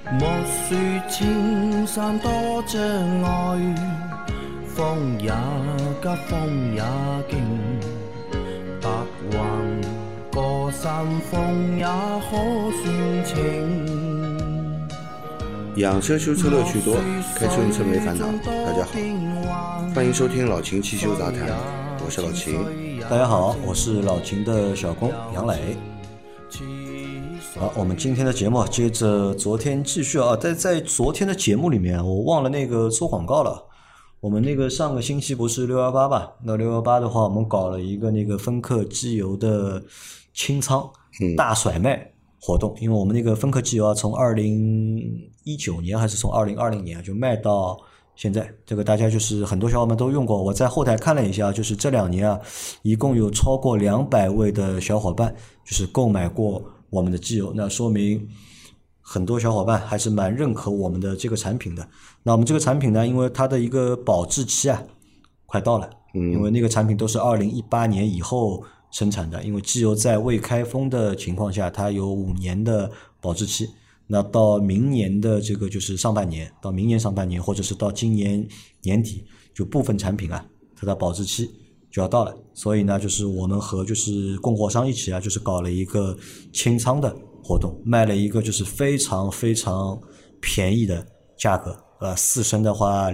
莫说青山多障碍，风也急，风也劲，白云过山峰也可算情。 养车修车乐趣多，开车用车没烦恼。大家好，欢迎收听老秦汽修杂谈，我是老秦。 大家好，我是老秦的小工杨磊。好，我们今天的节目接着昨天继续啊，在昨天的节目里面，我忘了那个做广告了。我们那个上个星期不是618吧？那618的话，我们搞了一个那个芬克机油的清仓大甩卖活动，因为我们那个芬克机油啊，从2019年还是从2020年就卖到现在，这个大家就是很多小伙伴都用过。我在后台看了一下，就是这2年啊，一共有超过200位的小伙伴就是购买过我们的机油，那说明很多小伙伴还是蛮认可我们的这个产品的。那我们这个产品呢，因为它的一个保质期啊快到了，因为那个产品都是2018年以后生产的，因为机油在未开封的情况下，它有5年的保质期。那到明年的这个就是上半年，到明年上半年，或者是到今年年底，就部分产品啊，它的保质期就要到了。所以呢，就是我们和就是供货商一起啊，就是搞了一个清仓的活动，卖了一个就是非常非常便宜的价格，4升的话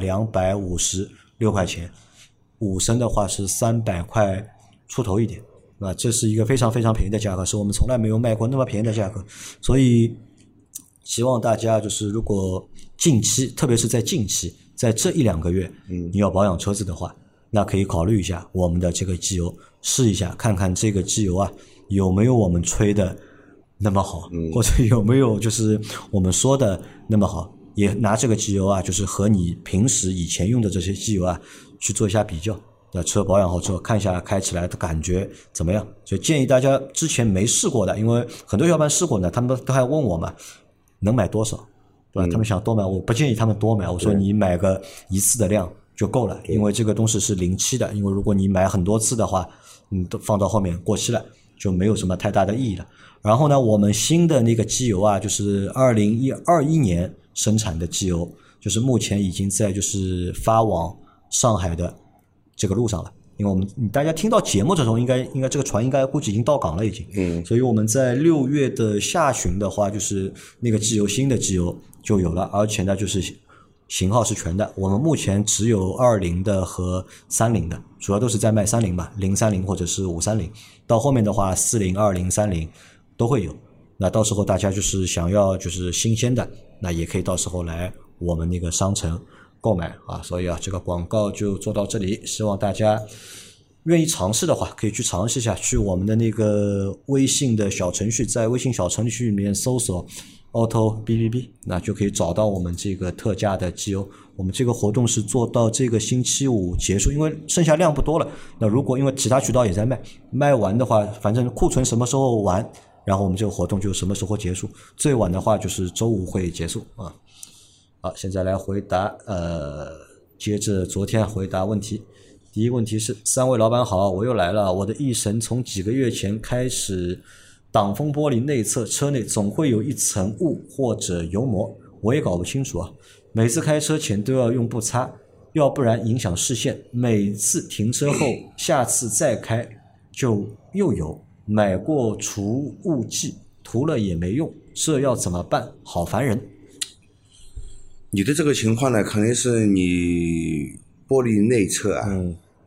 256块钱，5升的话是300块出头一点，这是一个非常非常便宜的价格，是我们从来没有卖过那么便宜的价格。所以希望大家就是如果近期，特别是在近期，在这1-2个月你要保养车子的话，那可以考虑一下我们的这个机油，试一下看看这个机油啊有没有我们吹的那么好，或者有没有就是我们说的那么好，也拿这个机油啊就是和你平时以前用的这些机油啊去做一下比较，那车保养好之后看一下开起来的感觉怎么样。所以建议大家之前没试过的，因为很多小伙伴试过呢，他们都还问我嘛，能买多少，对吧？他们想多买，我不建议他们多买，我说你买个1次的量就够了，因为这个东西是临期的，因为如果你买很多次的话，都放到后面过期了，就没有什么太大的意义了。然后呢，我们新的那个机油啊，就是2021年生产的机油，就是目前已经在就是发往上海的这个路上了。因为我们大家听到节目的时候，应该这个船应该估计已经到港了已经，所以我们在6月的下旬的话，就是那个机油新的机油就有了，而且呢就是型号是全的。我们目前只有20的和30的，主要都是在卖30嘛，030或者是530，到后面的话40、20、30都会有。那到时候大家就是想要就是新鲜的，那也可以到时候来我们那个商城购买啊。所以啊，这个广告就做到这里，希望大家愿意尝试的话可以去尝试一下，去我们的那个微信的小程序，在微信小程序里面搜索 Auto BBB， 那就可以找到我们这个特价的机油。我们这个活动是做到这个星期五结束，因为剩下量不多了，那如果因为其他渠道也在卖，卖完的话反正库存什么时候完，然后我们这个活动就什么时候结束，最晚的话就是周五会结束啊。好，现在来回答接着昨天回答问题。第一个问题是：3位老板好，我又来了。我的翼神从几个月前开始，挡风玻璃内侧车内总会有一层雾或者油膜，我也搞不清楚啊。每次开车前都要用布擦，要不然影响视线。每次停车后，下次再开就又有。买过除雾剂，涂了也没用，这要怎么办？好烦人。 你的这个情况呢，可能是你玻璃内侧啊，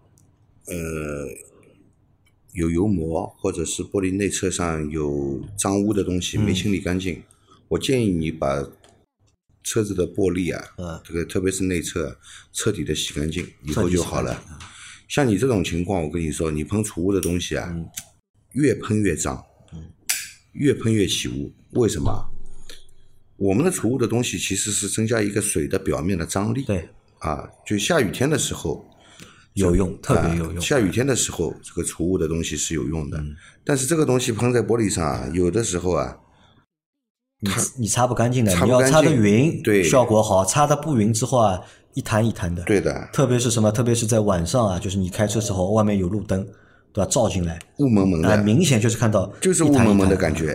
有油膜，或者是玻璃内侧上有脏污的东西没清理干净。我建议你把车子的玻璃啊，这个特别是内侧彻底的洗干净，以后就好了。像你这种情况，我跟你说，你喷除污的东西啊，越喷越脏，越喷越起雾。为什么？我们的除污的东西其实是增加一个水的表面的张力。 对啊，就下雨天的时候有用，特别有用。 下雨天的时候，这个除污的东西是有用的，但是这个东西喷在玻璃上啊，有的时候啊， 你擦不干净的，你要擦的匀， 对， 效果好。擦的不匀之后啊，一滩一滩的。 对的。 特别是什么？特别是在晚上啊，就是你开车时候，外面有路灯，对吧？照进来， 雾蒙蒙的， 明显就是看到就是雾蒙蒙的感觉。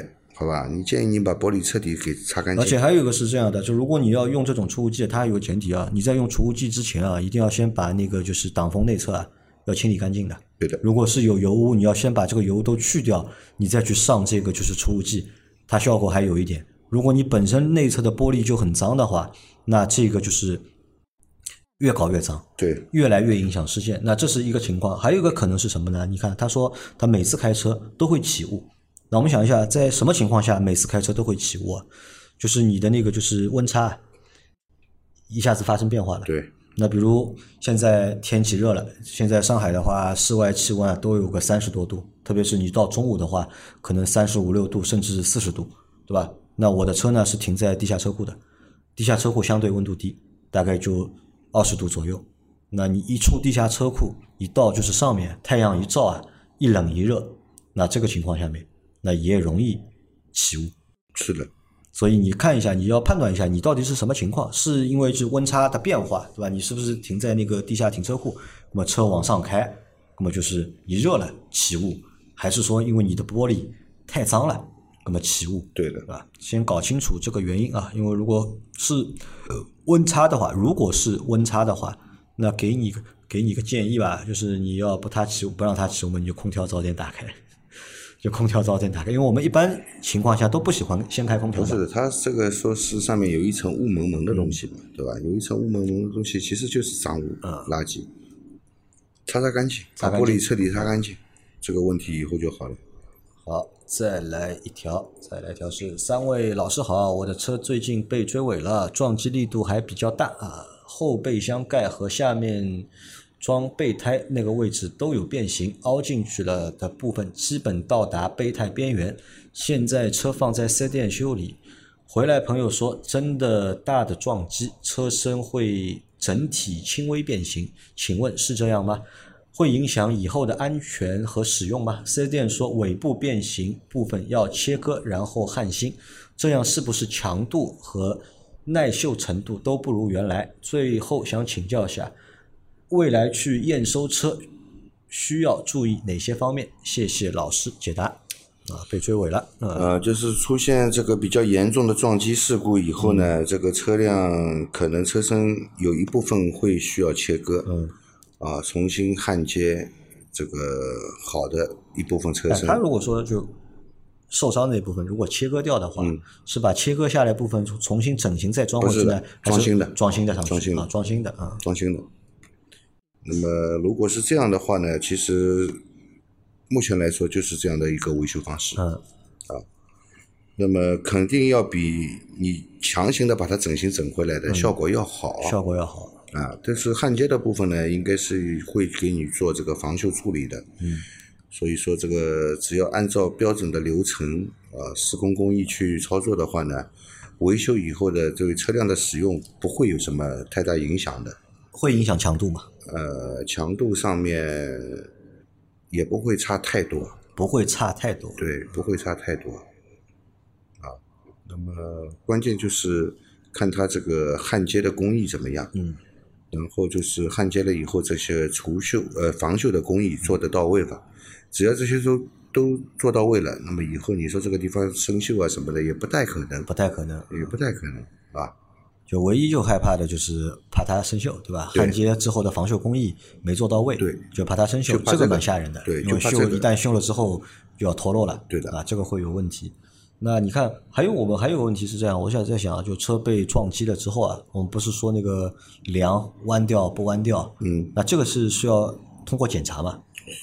好吧？你建议你把玻璃彻底给擦干净。 而且还有一个是这样的，就如果你要用这种除雾剂，它有个前提啊，你在用除雾剂之前啊，一定要先把那个就是挡风内侧啊要清理干净的。 对的。 如果是有油污，你要先把这个油都去掉，你再去上这个就是除雾剂，它效果还有一点。如果你本身内侧的玻璃就很脏的话，那这个就是越搞越脏， 对， 越来越影响视线。那这是一个情况，还有一个可能是什么呢？你看他说他每次开车都会起雾，那我们想一下，在什么情况下每次开车都会起雾啊？就是你的那个就是温差一下子发生变化了。 对。 那比如现在天气热了，现在上海的话，室外气温都有个30多度，特别是你到中午的话，可能35、6度，甚至40度，对吧？那我的车呢是停在地下车库的，地下车库相对温度低，大概就20度左右。那你一出地下车库，一到就是上面太阳一照啊，一冷一热，那这个情况下面，那也容易起雾。 是的。 所以你看一下，你要判断一下你到底是什么情况，是因为是温差的变化，对吧？你是不是停在那个地下停车库，那么车往上开，那么就是一热了起雾，还是说因为你的玻璃太脏了，那么起雾？ 对的， 对吧？先搞清楚这个原因啊，因为如果是温差的话，那给你一个建议吧，就是你要不让它起雾，你就空调早点打开。因为我们一般情况下都不喜欢先开空调。 不是的，它这个说是上面有一层雾蒙蒙的东西嘛，对吧？有一层雾蒙蒙的东西，其实就是脏污、垃圾，擦干净，把玻璃彻底擦干净，这个问题以后就好了。 好，再来一条是3位老师好，我的车最近被追尾了，撞击力度还比较大啊，后备箱盖和下面装备胎那个位置都有变形，凹进去了的部分基本到达备胎边缘，现在车放在4店修理，回来朋友说真的大的撞击，车身会整体轻微变形，请问是这样吗？会影响以后的安全和使用吗？ 4S 店说尾部变形部分要切割然后焊芯，这样是不是强度和耐锈程度都不如原来？最后想请教一下，未来去验收车需要注意哪些方面？谢谢老师解答。被追尾了。 就是出现这个比较严重的撞击事故以后呢，这个车辆可能车身有一部分会需要切割，重新焊接这个好的一部分车身。 他如果说就受伤那部分如果切割掉的话，是把切割下来部分重新整形再装回去呢？ 装新的。 装新的上去啊，装新的。 那么如果是这样的话呢，其实目前来说就是这样的一个维修方式。那么肯定要比你强行的把它整形整回来的效果要好。但是焊接的部分呢，应该是会给你做这个防锈处理的。所以说这个只要按照标准的流程施工工艺去操作的话呢，维修以后的这个车辆的使用不会有什么太大影响的。 会影响强度吗？ 强度上面也不会差太多。对，不会差太多。那么关键就是看它这个焊接的工艺怎么样。然后就是焊接了以后，这些防锈的工艺做得到位吧。只要这些都做到位了，那么以后你说这个地方生锈啊什么的也不太可能啊。 就唯一就害怕的就是怕它生锈，对吧？焊接之后的防锈工艺没做到位， 对， 就怕它生锈，这个蛮吓人的。 对， 因为一旦锈了之后就要脱落了， 对的这个会有问题。那你看，我们还有个问题是这样，我现在在想，就车被撞击了之后我们不是说那个梁弯掉不弯掉？那这个是需要通过检查吗？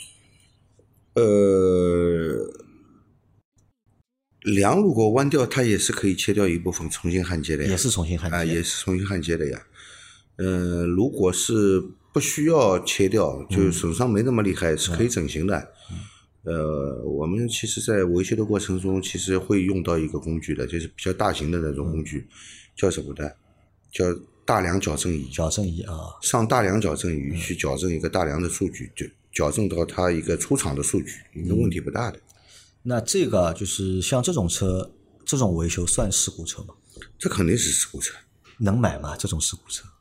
梁如果弯掉，它也是可以切掉一部分重新焊接的呀。 也是重新焊接的呀。如果是不需要切掉，就损伤没那么厉害，是可以整形的。我们其实在维修的过程中，其实会用到一个工具的，就是比较大型的那种工具，叫什么的？叫大梁矫正仪。上大梁矫正仪去矫正一个大梁的数据，就矫正到它一个出厂的数据，应该问题不大的。 那这个就是像这种车，这种维修算事故车吗？ 这肯定是事故车。 能买吗？这种事故车？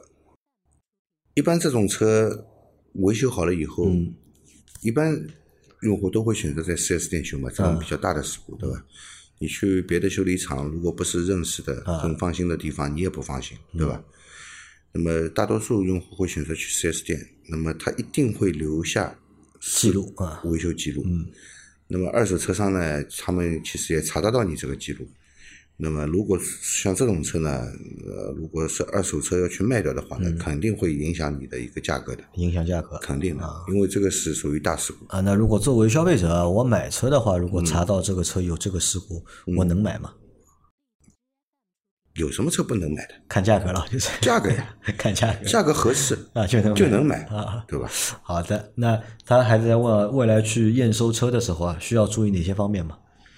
一般这种车维修好了以后，一般用户都会选择在 4S 店修嘛，这种比较大的事故，对吧？你去别的修理厂，如果不是认识的、很放心的地方，你也不放心，对吧？那么大多数用户会选择去 4S 店，那么他一定会留下记录维修记录。那么二手车商呢，他们其实也查得到你这个记录。那么如果像这种车呢，如果是二手车要去卖掉的话呢，肯定会影响你的一个价格的。 影响价格， 肯定的，因为这个是属于大事故啊。那如果作为消费者，我买车的话，如果查到这个车有这个事故，我能买吗？ 有什么车不能买的？ 看价格了，就是价格呀， 看价格， 价格合适啊就能买啊， 对吧？ 好的，那他还在问未来去验收车的时候啊，需要注意哪些方面吗？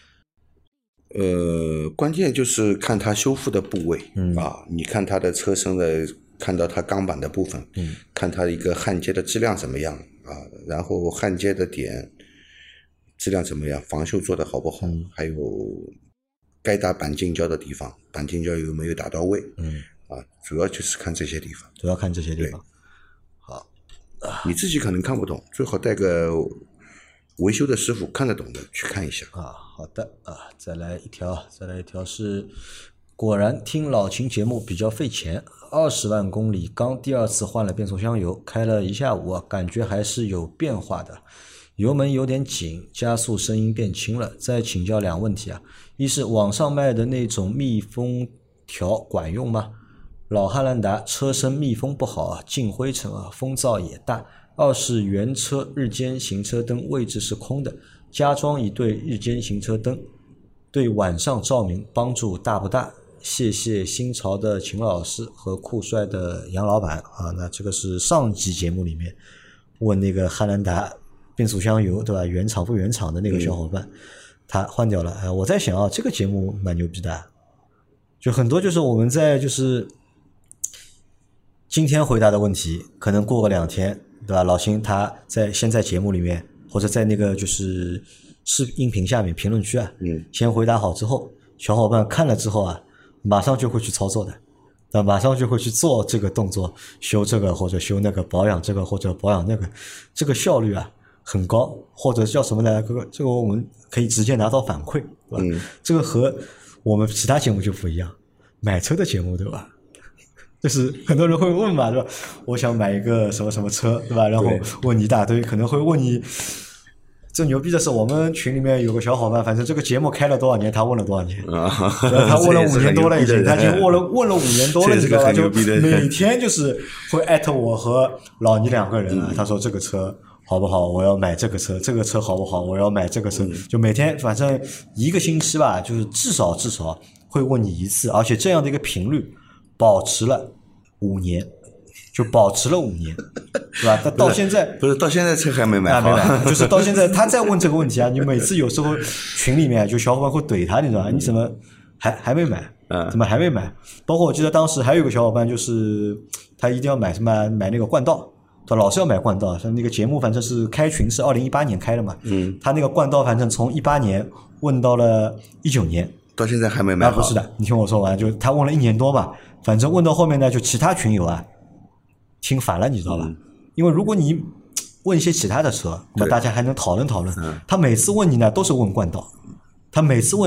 关键就是看它修复的部位你看它的车身的，看到它钢板的部分，看它一个焊接的质量怎么样然后焊接的点质量怎么样，防锈做的好不好，还有该打钣金胶的地方，钣金胶有没有打到位，主要就是看这些地方，好，你自己可能看不懂，最好带个维修的师傅看得懂的去看一下好的再来一条是果然听老秦节目比较费钱，20万公里刚第2次换了变速箱油，开了一下午感觉还是有变化的，油门有点紧，加速声音变轻了。再请教2问题一是网上卖的那种密封条管用吗？老汉兰达车身密封不好进灰尘风噪也大。2是原车日间行车灯位置是空的，加装一对日间行车灯，对晚上照明帮助大不大？谢谢新潮的秦老师和酷帅的杨老板那这个是上集节目里面问那个汉兰达变速箱油对吧？原厂不原厂的那个小伙伴，他换掉了我在想这个节目蛮牛逼的，就很多就是我们在就是今天回答的问题，可能过个2天。对吧？老秦他先在节目里面，或者在那个就是音频下面评论区先回答好之后，小伙伴看了之后马上就会去操作的，马上就会去做这个动作，修这个或者修那个，保养这个或者保养那个，这个效率很高，或者叫什么呢？这个我们可以直接拿到反馈，对吧？这个和我们其他节目就不一样，买车的节目对吧？就是很多人会问嘛，对吧？我想买一个什么什么车，对吧？然后问你一大堆，可能会问你。最牛逼的是，我们群里面有个小伙伴，反正这个节目开了多少年，他问了多少年他问了5年多了已经，他已经问了5年多了，你知道吧？就每天就是会艾特我和老倪2个人他说这个车好不好？我要买这个车，这个车好不好？我要买这个车。就每天反正一个星期吧，就是至少会问你1次，而且这样的一个频率。保持了5年，就保持了5年，是吧？他到现在不是到现在车还没买好， 没买，就是到现在他再问这个问题你每次有时候群里面就小伙伴会怼他，你知道吧？你怎么还没买？怎么还没买？包括我记得当时还有一个小伙伴，就是他一定要买什么买那个冠道，他老是要买冠道。像那个节目反正是开群是2018年开的嘛，他那个冠道反正从18年问到了19年。 到现在还没买好。 不是的，你听我说完，就他问了1年多吧，反正问到后面呢，就其他群友听烦了，你知道吧？因为如果你问一些其他的车，那么大家还能讨论讨论。他每次问你呢，都是问冠道，那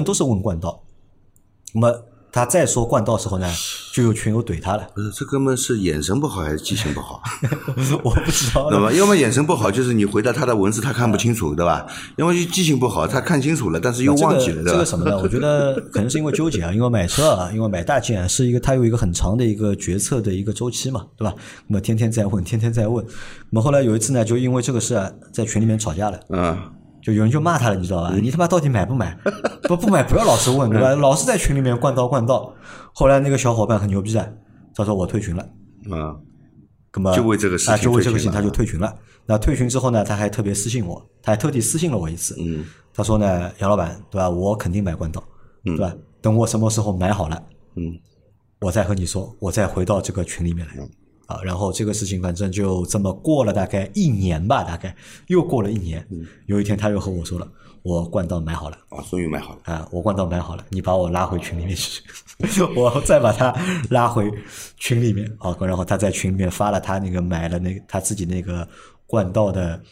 么他再说冠道的时候呢，就有群友怼他了。 不是，这哥们是眼神不好还是记性不好？ 我不知道。 对吧？要么眼神不好，就是你回答他的文字他看不清楚，对吧？要么就记性不好，他看清楚了，但是又忘记了，对吧？ 这个什么呢？我觉得可能是因为纠结因为买车因为买大件是它有一个很长的一个决策的一个周期嘛，对吧？那么天天在问。那么后来有一次呢，就因为这个事在群里面吵架了。就有人就骂他了，你知道吧？你他妈到底买不买？不买不要老是问，对吧？老是在群里面灌道。后来那个小伙伴很牛逼的，他说我退群了。那么就为这个事情， 他就退群了。那退群之后呢，他还特别私信我，他还特地私信了我1次。他说呢，杨老板，对吧？我肯定买冠道，对吧？等我什么时候买好了，我再和你说，我再回到这个群里面来。然后这个事情反正就这么过了大概1年吧，又过了1年。有一天他又和我说了，我冠道买好了。 终于买好了我冠道买好了，你把我拉回群里面去。我再把他拉回群里面然后他在群里面发了他那个买了那个他自己那个冠道的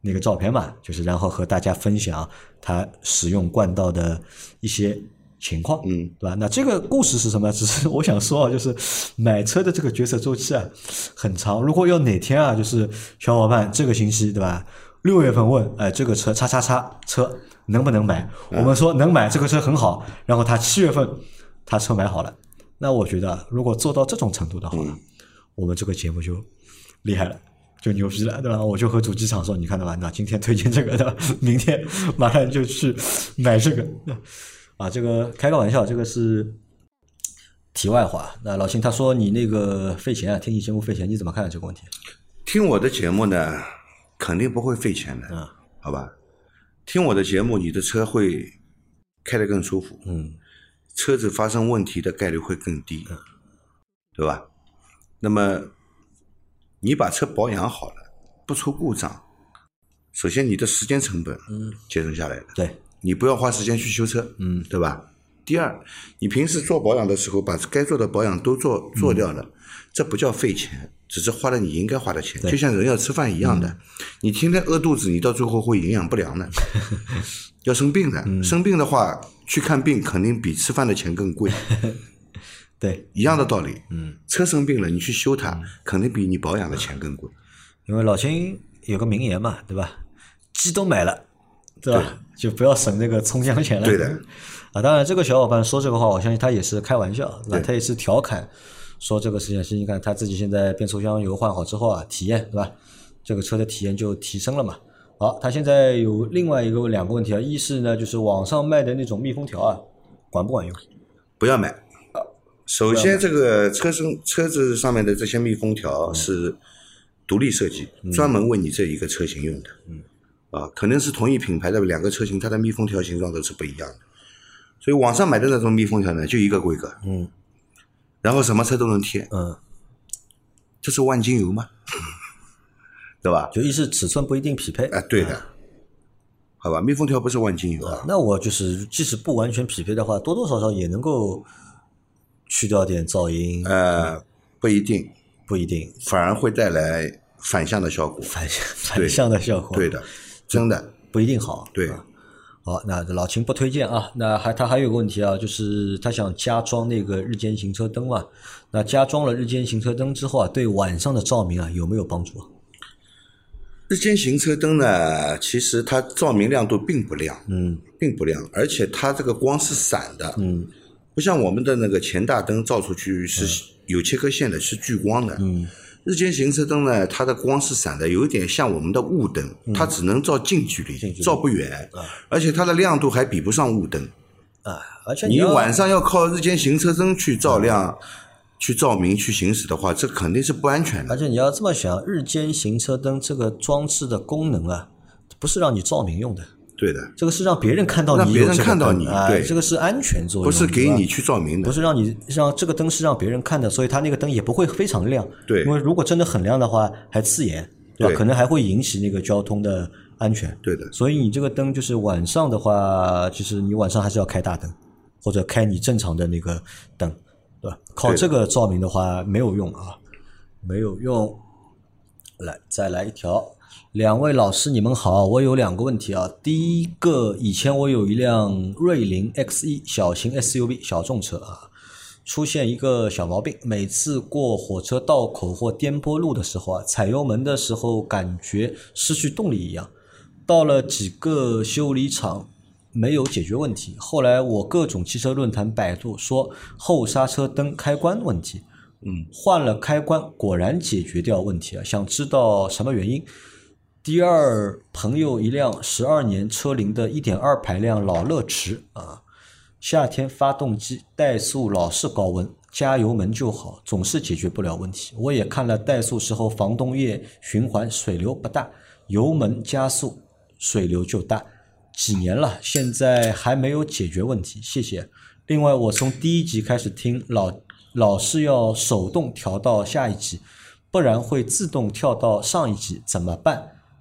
那个照片嘛，就是然后和大家分享他使用冠道的一些情况，对吧？那这个故事是什么？只是我想说啊，就是买车的这个决策周期啊很长。如果要哪天啊，就是小伙伴这个星期对吧，6月份问，这个车叉叉叉车能不能买？我们说能买，这个车很好。然后他7月份他车买好了，那我觉得如果做到这种程度的话，我们这个节目就厉害了。就牛逼了，对吧？我就和主机厂说，你看到吧？那今天推荐这个，对吧？明天马上就去买这个。啊，这个开个玩笑，这个是题外话。那老秦他说你那个费钱啊，听你节目费钱，你怎么看这个问题？ 听我的节目呢，肯定不会费钱的，好吧？听我的节目，你的车会开得更舒服，车子发生问题的概率会更低，对吧？那么你把车保养好了，不出故障，首先你的时间成本节省下来了， 对， 你不要花时间去修车，对吧？第二，你平时做保养的时候，把该做的保养都做掉了，这不叫费钱，只是花了你应该花的钱，就像人要吃饭一样的，你天天饿肚子，你到最后会营养不良的，要生病的，生病的话去看病肯定比吃饭的钱更贵。 对， 一样的道理。车生病了，你去修它，肯定比你保养的钱更贵。 因为老秦有个名言嘛，对吧？鸡都买了，对吧？就不要省那个葱姜钱了。 对的。 啊，当然这个小伙伴说这个话，我相信他也是开玩笑，对吧？他也是调侃说这个事情是，你看他自己现在变速箱油换好之后啊，体验对吧？这个车的体验就提升了嘛。好，他现在有另外两个问题啊，一是呢，就是网上卖的那种密封条啊，管不管用？ 不要买。首先，这个车子上面的这些密封条是独立设计，专门为你这一个车型用的。可能是同一品牌的2个车型，它的密封条形状都是不一样的。所以网上买的那种密封条呢，就一个规格。然后什么车都能贴。这是万金油吗？对吧？ 就意思尺寸不一定匹配。 对的。好吧，密封条不是万金油啊。 那我就是即使不完全匹配的话，多多少少也能够去掉点噪音。 不一定，反而会带来反向的效果。反向的效果。 对的，真的不一定好。 对。 好，那老秦不推荐啊。那他还有个问题啊，就是他想加装那个日间行车灯嘛。那加装了日间行车灯之后啊，对晚上的照明啊有没有帮助？ 日间行车灯呢，其实它照明亮度并不亮，而且它这个光是闪的，不像我们的那个前大灯照出去是有切割线的，是聚光的。日间行车灯呢，它的光是闪的，有一点像我们的雾灯，它只能照近距离，照不远，而且它的亮度还比不上雾灯。 而且你晚上要靠日间行车灯去照亮、去照明、去行驶的话，这肯定是不安全的。 而且你要这么想，日间行车灯这个装置的功能啊，不是让你照明用的。 对的， 这个是让别人看到你， 让别人看到你，对， 这个是安全作用， 不是给你去照明的， 不是让这个灯是让别人看的，所以它那个灯也不会非常亮， 对， 因为如果真的很亮的话，还刺眼，对吧？可能还会引起那个交通的安全， 对的。 所以你这个灯就是晚上的话，其实你晚上还是要开大灯，或者开你正常的那个灯，对吧？靠这个照明的话没有用啊，没有用。再来一条。两位老师你们好，我有2个问题啊。第一个，以前我有一辆瑞麟 X1 小型 SUV 小众车啊，出现一个小毛病，每次过火车道口或颠簸路的时候啊，踩油门的时候感觉失去动力一样。到了几个修理厂没有解决问题，后来我各种汽车论坛百度说后刹车灯开关问题，换了开关果然解决掉问题啊，想知道什么原因。第二，朋友一辆12年车龄的 1.2 排量老乐驰啊，夏天发动机怠速老是高温，加油门就好，总是解决不了问题。我也看了怠速时候防冻液循环水流不大，油门加速水流就大，几年了，现在还没有解决问题，谢谢。另外，我从第1集开始听，老是要手动调到下一集，不然会自动跳到上一集，怎么办？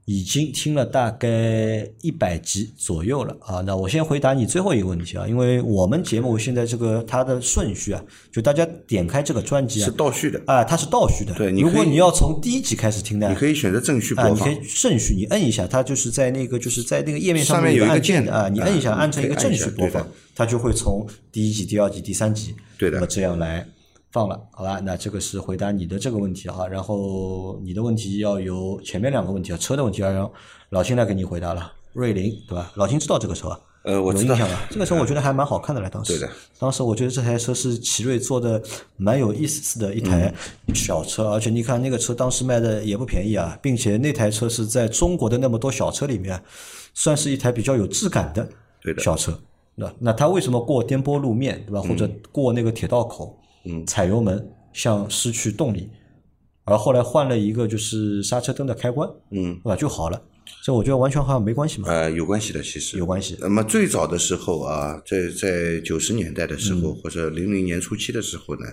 已经听了大概100集左右了啊。那我先回答你最后一个问题啊，因为我们节目现在这个它的顺序啊，就大家点开这个专辑啊， 是倒序的啊，它是倒序的。 对， 如果你要从第一集开始听呢， 你可以选择正序播放， 你可以顺序，你摁一下，它就是在那个页面上面有一个按键的啊，你摁一下，按成一个正序播放，它就会从第1集、第2集、第3集， 对的， 那么这样来放了，好吧？那这个是回答你的这个问题啊，然后你的问题要由前面2个问题啊，车的问题要让老秦来给你回答了。瑞麟对吧？老秦知道这个车啊？ 我知道有印象了。这个车我觉得还蛮好看的了，当时。 对的。 当时我觉得这台车是奇瑞做的蛮有意思的一台小车，而且你看那个车当时卖的也不便宜啊，并且那台车是在中国的那么多小车里面，算是一台比较有质感的小车。那它为什么过颠簸路面，对吧？或者过那个铁道口，踩油门像失去动力，而后来换了一个就是刹车灯的开关，对吧？就好了。这我觉得完全好像没关系嘛。 有关系的，其实有关系。 那么最早的时候啊，在90年代的时候，或者00年初期的时候呢，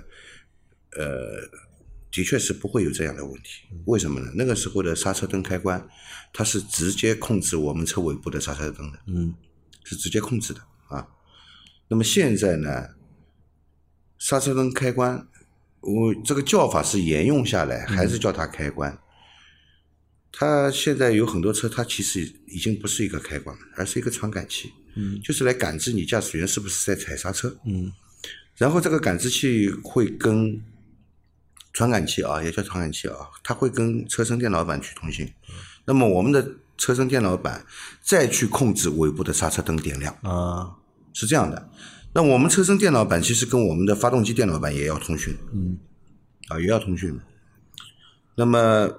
的确是不会有这样的问题。为什么呢？那个时候的刹车灯开关，它是直接控制我们车尾部的刹车灯的，是直接控制的啊。那么现在呢，刹车灯开关，我这个叫法是沿用下来，还是叫它开关？它现在有很多车，它其实已经不是一个开关了，而是一个传感器，就是来感知你驾驶员是不是在踩刹车，然后这个感知器会跟传感器啊，也叫传感器啊，它会跟车身电脑板去通信，那么我们的车身电脑板再去控制尾部的刹车灯点亮啊，是这样的。那我们车身电脑板其实跟我们的发动机电脑板也要通讯，也要通讯。那么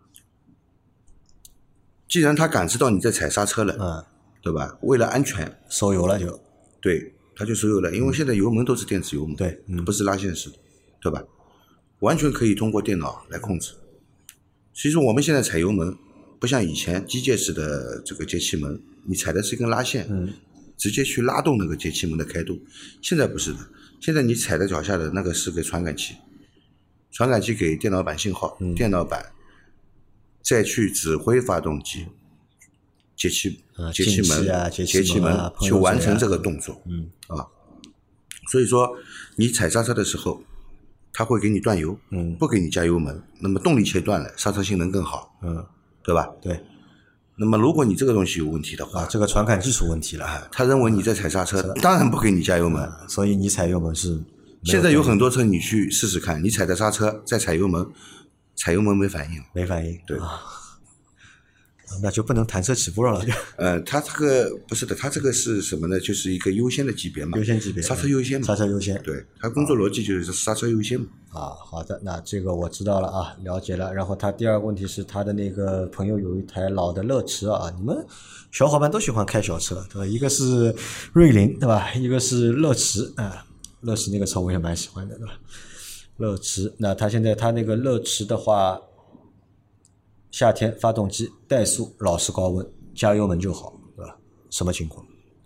既然它感知到你在踩刹车了，对吧？为了安全， 收油了就， 对，它就收油了，因为现在油门都是电子油门， 对， 不是拉线式的，对吧？完全可以通过电脑来控制。其实我们现在踩油门，不像以前机械式的这个节气门，你踩的是一根拉线，直接去拉动那个节气门的开度。现在不是的，现在你踩在脚下的那个是个传感器，传感器给电脑板信号，电脑板再去指挥发动机、节气门去完成这个动作，所以说你踩刹车的时候，它会给你断油，不给你加油门，那么动力切断了，刹车性能更好，对吧？ 对。 那么如果你这个东西有问题的话， 这个传感器出问题了， 他认为你在踩刹车，当然不给你加油门， 所以你踩油门是。 现在有很多车你去试试看，你踩的刹车再踩油门，踩油门没反应，对。 那就不能弹车起步了。 它这个不是的，它这个是什么呢？就是一个优先的级别嘛， 优先级别， 刹车优先嘛， 刹车优先， 对，它工作逻辑就是刹车优先嘛。 好的，那这个我知道了啊，了解了。然后他第二个问题是他的那个朋友有一台老的乐驰啊，你们小伙伴都喜欢开小车，对吧？一个是瑞麟，对吧？一个是乐驰啊，乐驰那个车我也蛮喜欢的，对吧？乐驰，那他现在他那个乐驰的话，夏天发动机怠速老是高温，加油门就好，对吧？什么情况？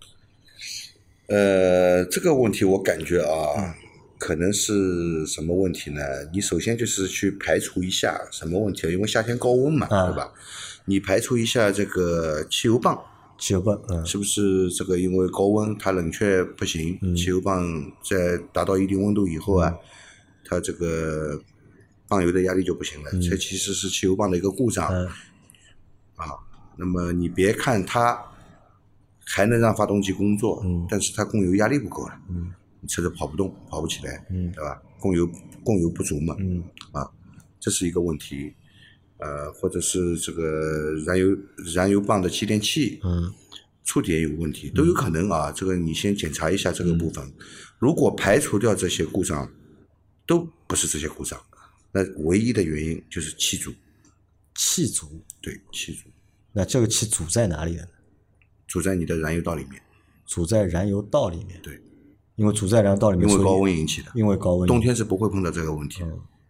这个问题我感觉啊，可能是什么问题呢？你首先就是去排除一下什么问题，因为夏天高温嘛，对吧？你排除一下这个汽油泵，是不是这个因为高温它冷却不行，汽油泵在达到一定温度以后啊，它这个泵油的压力就不行了，这其实是汽油泵的一个故障那么你别看它还能让发动机工作，但是它供油压力不够了，你车子跑不动，跑不起来，对吧？供油不足嘛，这是一个问题。或者是这个燃油棒的继电器触点有问题，都有可能啊。这个你先检查一下这个部分。如果排除掉这些故障，都不是这些故障，那唯一的原因就是气阻。 气阻？ 对，气阻。 那这个气阻在哪里呢？ 阻在你的燃油道里面。 阻在燃油道里面？ 对， 因为阻在燃油道里面， 因为高温引起的。 因为高温， 冬天是不会碰到这个问题的。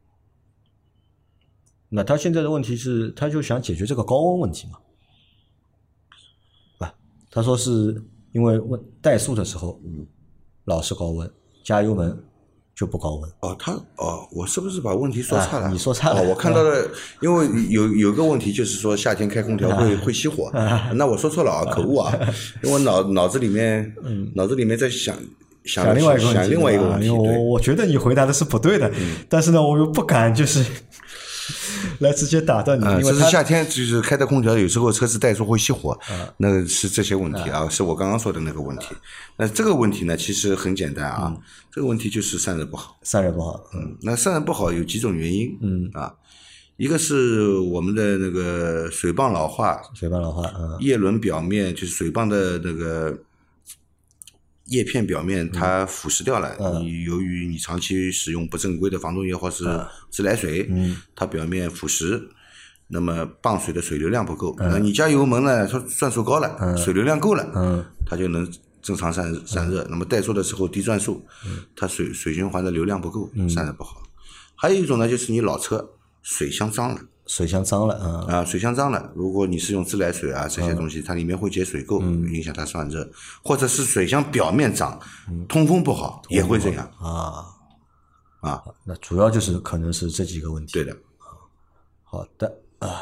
那他现在的问题是，他就想解决这个高温问题嘛？他说是因为怠速的时候，老是高温，加油门就不高温。 我是不是把问题说差了？ 你说差了。 我看到的，因为有个问题就是说夏天开空调会熄火，那我说错了啊，可恶啊！因为我脑子里面在想另外一个问题， 因为我觉得你回答的是不对的，但是呢，我又不敢就是来直接打断你，因为这是夏天就是开的空调，有时候车子怠速会熄火，那是这些问题啊，是我刚刚说的那个问题。那这个问题呢，其实很简单啊，这个问题就是散热不好。那散热不好有几种原因，一个是我们的那个水泵老化，叶轮表面就是水泵的那个叶片表面它腐蚀掉了，你由于你长期使用不正规的防冻液或是自来水，它表面腐蚀，那么泵水的水流量不够，你加油门呢，它转速高了，水流量够了，它就能正常散热。那么怠速的时候低转速，它水循环的流量不够，散热不好。还有一种呢，就是你老车水箱脏了，水箱脏了，如果你是用自来水啊这些东西，它里面会结水垢，影响它散热，或者是水箱表面脏，通风不好也会这样那主要就是可能是这几个问题。 对的。 好的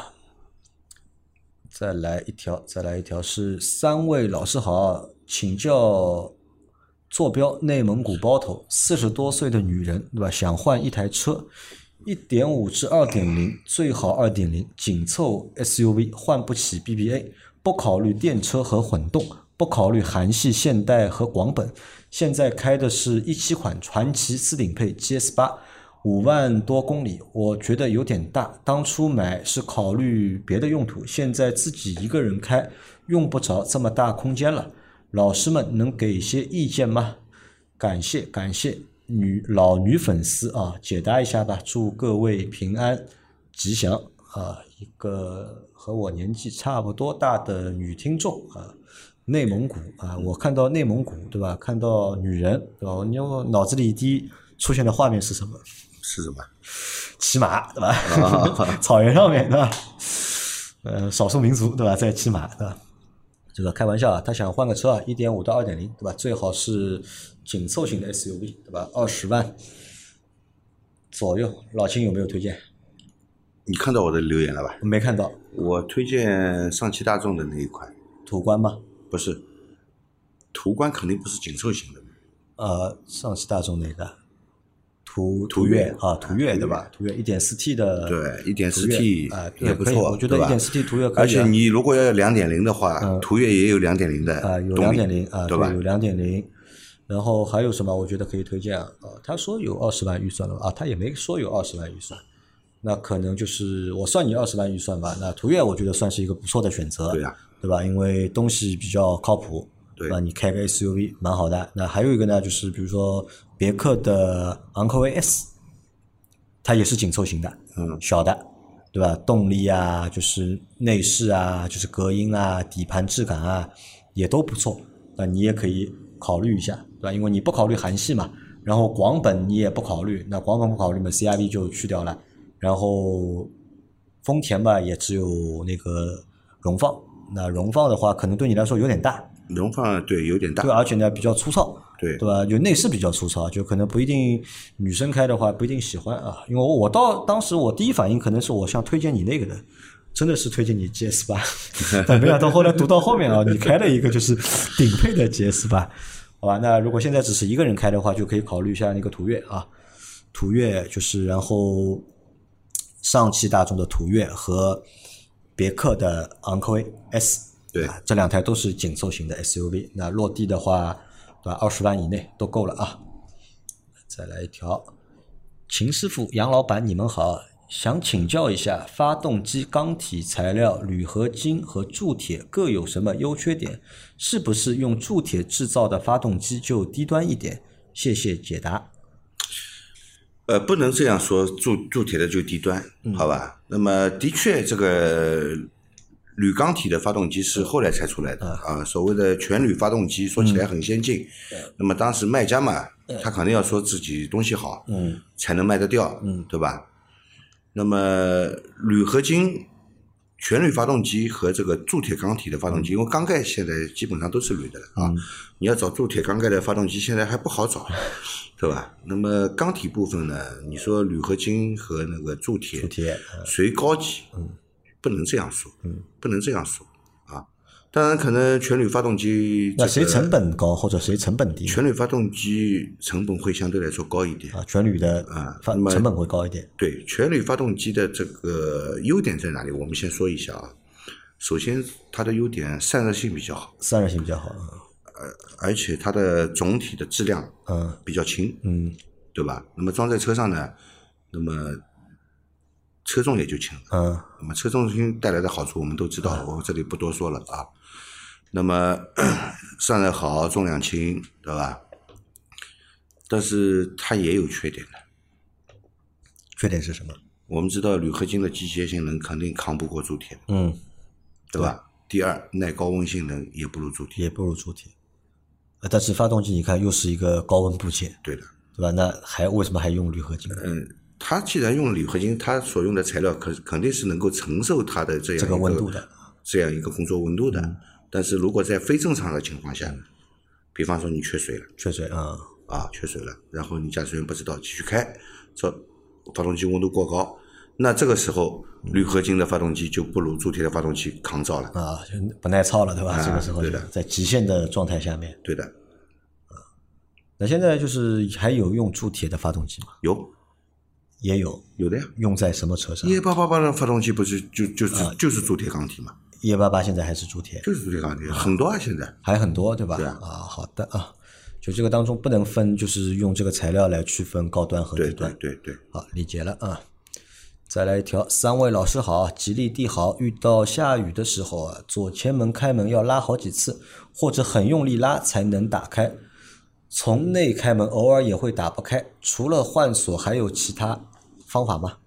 再来一条是3位老师好，请教坐标内蒙古包头，40多岁的女人，对吧？想换一台车。1.5至 2.0 最好 2.0 紧凑 SUV， 换不起 BBA， 不考虑电车和混动，不考虑韩系、现代和广本。现在开的是17款传祺4顶配 GS8， 5万多公里，我觉得有点大。当初买是考虑别的用途，现在自己一个人开，用不着这么大空间了。老师们能给些意见吗？感谢老女粉丝啊，解答一下吧，祝各位平安吉祥啊！一个和我年纪差不多大的女听众啊，内蒙古啊，我看到内蒙古对吧？看到女人对吧？我脑子里第一出现的画面是什么？骑马对吧？草原上面对吧？少数民族对吧？在骑马对吧？这个开玩笑啊，他想换个车啊 1.5 到 2.0 对吧？最好是紧凑型的 SUV 对吧？20万左右，老秦有没有推荐？ 你看到我的留言了吧？ 没看到。 我推荐上汽大众的那一款。 途观吗？ 不是，途观肯定不是紧凑型的。 上汽大众那个途岳啊，途岳对吧？途岳 1.4T 的， 对 1.4T 也不错， 我觉得 1.4T 途岳可以。 而且你如果要2.0的话，途岳也有2.0的有 2.0 对吧？ 有 2.0。然后还有什么？我觉得可以推荐他说有20万预算了他也没说有20万预算，那可能就是我算你20万预算吧。那途岳我觉得算是一个不错的选择，对吧？因为东西比较靠谱，对吧？你开个 SUV 蛮好的。那还有一个呢，就是比如说别克的昂科威 S， 它也是紧凑型的，小的，对吧？动力啊，就是内饰啊，就是隔音啊，底盘质感啊，也都不错。那你也可以考虑一下，对吧？因为你不考虑韩系嘛，然后广本你也不考虑，那广本不考虑嘛 ，CR-V 就去掉了。然后丰田吧，也只有那个荣放。那荣放的话，可能对你来说有点大。 荣放对有点大， 对，而且呢比较粗糙， 对吧？就内饰比较粗糙，就可能不一定女生开的话不一定喜欢啊。因为我当时我第一反应可能是我想推荐你那个的，真的是推荐你 GS8， 但没想到后来读到后面啊，你开了一个就是顶配的 GS8， 好吧？那如果现在只是一个人开的话，就可以考虑一下那个途岳啊，途岳就是然后上汽大众的途岳和别克的昂科威 S。 对， 这两台都是紧凑型的 SUV， 那落地的话，对吧，20万以内都够了啊。再来一条，秦师傅、杨老板，你们好，想请教一下，发动机钢体材料、铝合金和铸铁各有什么优缺点？是不是用铸铁制造的发动机就低端一点？谢谢解答。 不能这样说，铸铁的就低端，好吧？那么的确这个。铝钢体的发动机是后来才出来的啊，所谓的全铝发动机说起来很先进，那么当时卖家嘛，他肯定要说自己东西好，才能卖得掉，对吧？那么铝合金全铝发动机和这个铸铁钢体的发动机，因为钢盖现在基本上都是铝的了啊，你要找铸铁钢盖的发动机现在还不好找，对吧？那么钢体部分呢，你说铝合金和那个铸铁谁高级？不能这样说，不能这样说啊。当然，可能全铝发动机那谁成本高或者谁成本低？ 全铝发动机成本会相对来说高一点啊，全铝的成本会高一点。 对，全铝发动机的这个优点在哪里？我们先说一下啊。首先，它的优点散热性比较好，而且它的总体的质量比较轻，对吧？那么装在车上呢，那么车重也就轻了，那么车重轻带来的好处我们都知道，我这里不多说了啊。那么散热好，重量轻，对吧？但是它也有缺点的。 缺点是什么？ 我们知道铝合金的机械性能肯定扛不过铸铁，对吧？第二，耐高温性能也不如铸铁， 但是发动机你看又是一个高温部件， 对的， 对吧？那为什么还用铝合金？ 它既然用铝合金，它所用的材料肯定是能够承受它的这样温度的， 这样一个工作温度的。但是如果在非正常的情况下，比方说你缺水了，缺水了，然后你驾驶员不知道继续开，这发动机温度过高，那这个时候铝合金的发动机就不如铸铁的发动机抗造了啊，不耐操了，对吧？这个时候对的， 在极限的状态下面， 对的。 那现在就是还有用铸铁的发动机吗？也有的呀。 用在什么车上 ？EA888的发动机不是就是铸铁钢体嘛 ？EA88现在还是铸铁， 就是铸铁钢体，很多啊，现在还很多，对吧？ 对啊。 好的啊，就这个当中不能分，就是用这个材料来区分高端和低端。 对， 好，理解了啊。再来一条，三位老师好，吉利帝豪遇到下雨的时候啊，左前门开门要拉好几次，或者很用力拉才能打开。从内开门偶尔也会打不开，除了换锁还有其他方法吗？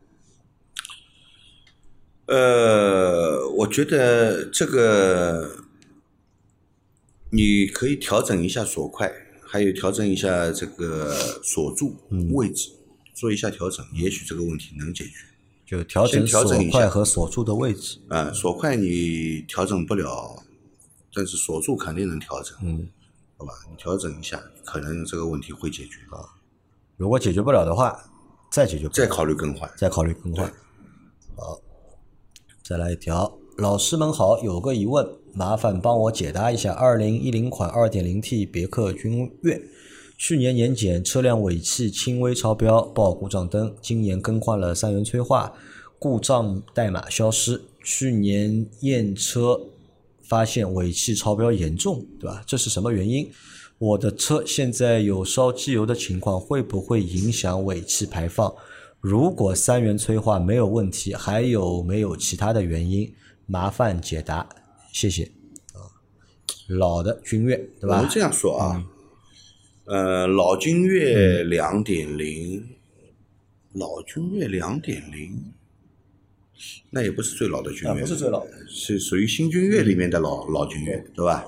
我觉得这个你可以调整一下锁块，还有调整一下这个锁柱位置，做一下调整，也许这个问题能解决。 就调整锁块和锁柱的位置。 锁块你调整不了，但是锁柱肯定能调整。好吧，你调整一下，可能这个问题会解决啊。 如果解决不了的话，再考虑更换。 好，再来一条，老师们好，有个疑问，麻烦帮我解答一下。2010款 2.0T 别克君越，去年年检车辆尾气轻微超标，报故障灯，今年更换了3元催化，故障代码消失。去年验车发现尾气超标严重，对吧？这是什么原因？我的车现在有烧机油的情况，会不会影响尾气排放？如果3元催化没有问题，还有没有其他的原因？麻烦解答，谢谢。老的君越，对吧？ 我们这样说啊，老君越 2.0，老君越 2.0。那也不是最老的君越， 不是最老的， 是属于新君越里面的老君越，对吧？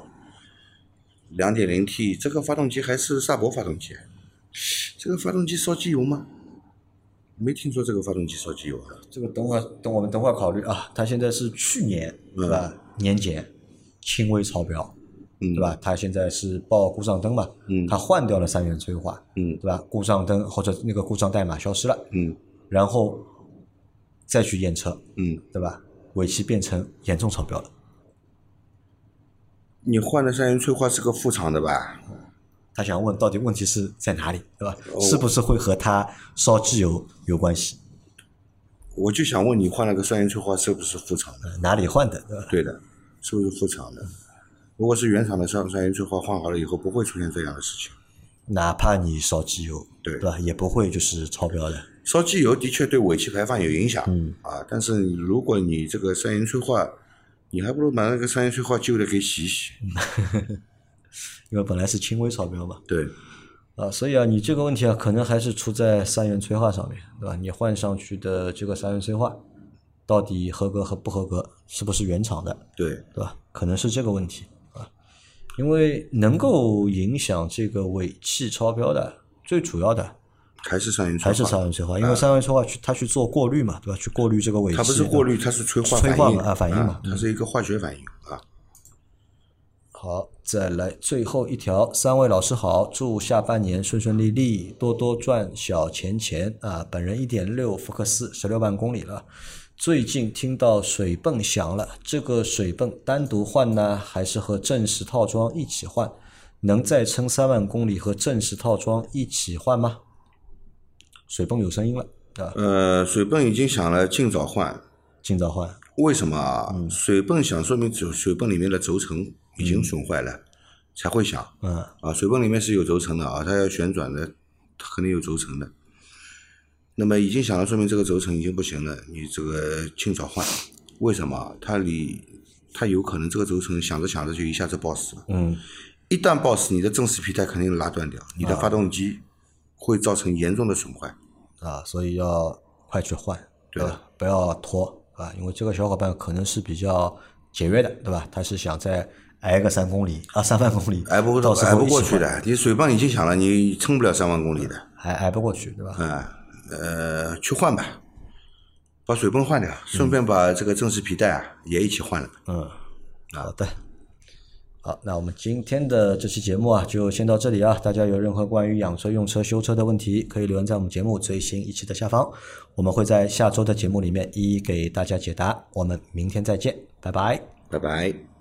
2.0T 这个发动机还是萨博发动机，这个发动机烧机油吗？没听说这个发动机烧机油啊。 这个我们等会儿考虑啊。它现在是去年对吧？年检轻微超标，对吧？它现在是报故障灯嘛，它换掉了3元催化，对吧？故障灯或者那个故障代码消失了，然后再去验车，对吧？尾气变成严重超标了。 你换的3元催化是个副厂的吧？ 他想问到底问题是在哪里，对吧？是不是会和他烧机油有关系？ 我就想问你换了个3元催化是不是副厂的？ 哪里换的，对吧？ 对的，是不是副厂的？如果是原厂的3元催化换好了以后，不会出现这样的事情。 哪怕你烧机油，对吧？也不会就是超标的。 烧机油的确对尾气排放有影响，但是如果你这个3元催化，你还不如把那个3元催化旧的给洗洗。 因为本来是轻微超标嘛。 对。 所以你这个问题可能还是出在3元催化上面，对吧？你换上去的这个3元催化，到底合格和不合格，是不是原厂的？ 对吧？可能是这个问题啊。因为能够影响这个尾气超标的，最主要的还是三元催化， 还是三元催化，因为三元催化它去做过滤嘛，对吧？去过滤这个尾气。 它不是过滤，它是催化反应嘛， 它是一个化学反应啊。 好，再来最后一条，三位老师好，祝下半年顺顺利利，多多赚小钱钱啊！本人 1.6 福克斯16万公里了，最近听到水泵响了，这个水泵单独换呢，还是和正时套装一起换？能再撑3万公里和正时套装一起换吗？水泵有声音了啊！ 水泵已经响了，尽早换。 尽早换。为什么啊？水泵响说明水泵里面的轴承已经损坏了，才会响。水泵里面是有轴承的啊，它要旋转的，它肯定有轴承的。那么已经响了，说明这个轴承已经不行了，你这个尽早换。为什么？它有可能这个轴承响着响着就一下子爆死了。一旦爆死，你的正时皮带肯定拉断掉，你的发动机会造成严重的损坏。 所以要快去换， 对吧？ 不要拖啊，因为这个小伙伴可能是比较节约的，对吧？他是想再挨个3公里啊，3万公里， 挨不过去的。你水泵已经响了，你撑不了3万公里的， 还挨不过去，对吧？ 去换吧，把水泵换掉，顺便把这个正时皮带也一起换了。 好的。好，那我们今天的这期节目就先到这里啊！大家有任何关于养车、用车、修车的问题，可以留言在我们节目最新一期的下方，我们会在下周的节目里面一一给大家解答。我们明天再见，拜拜， 拜拜。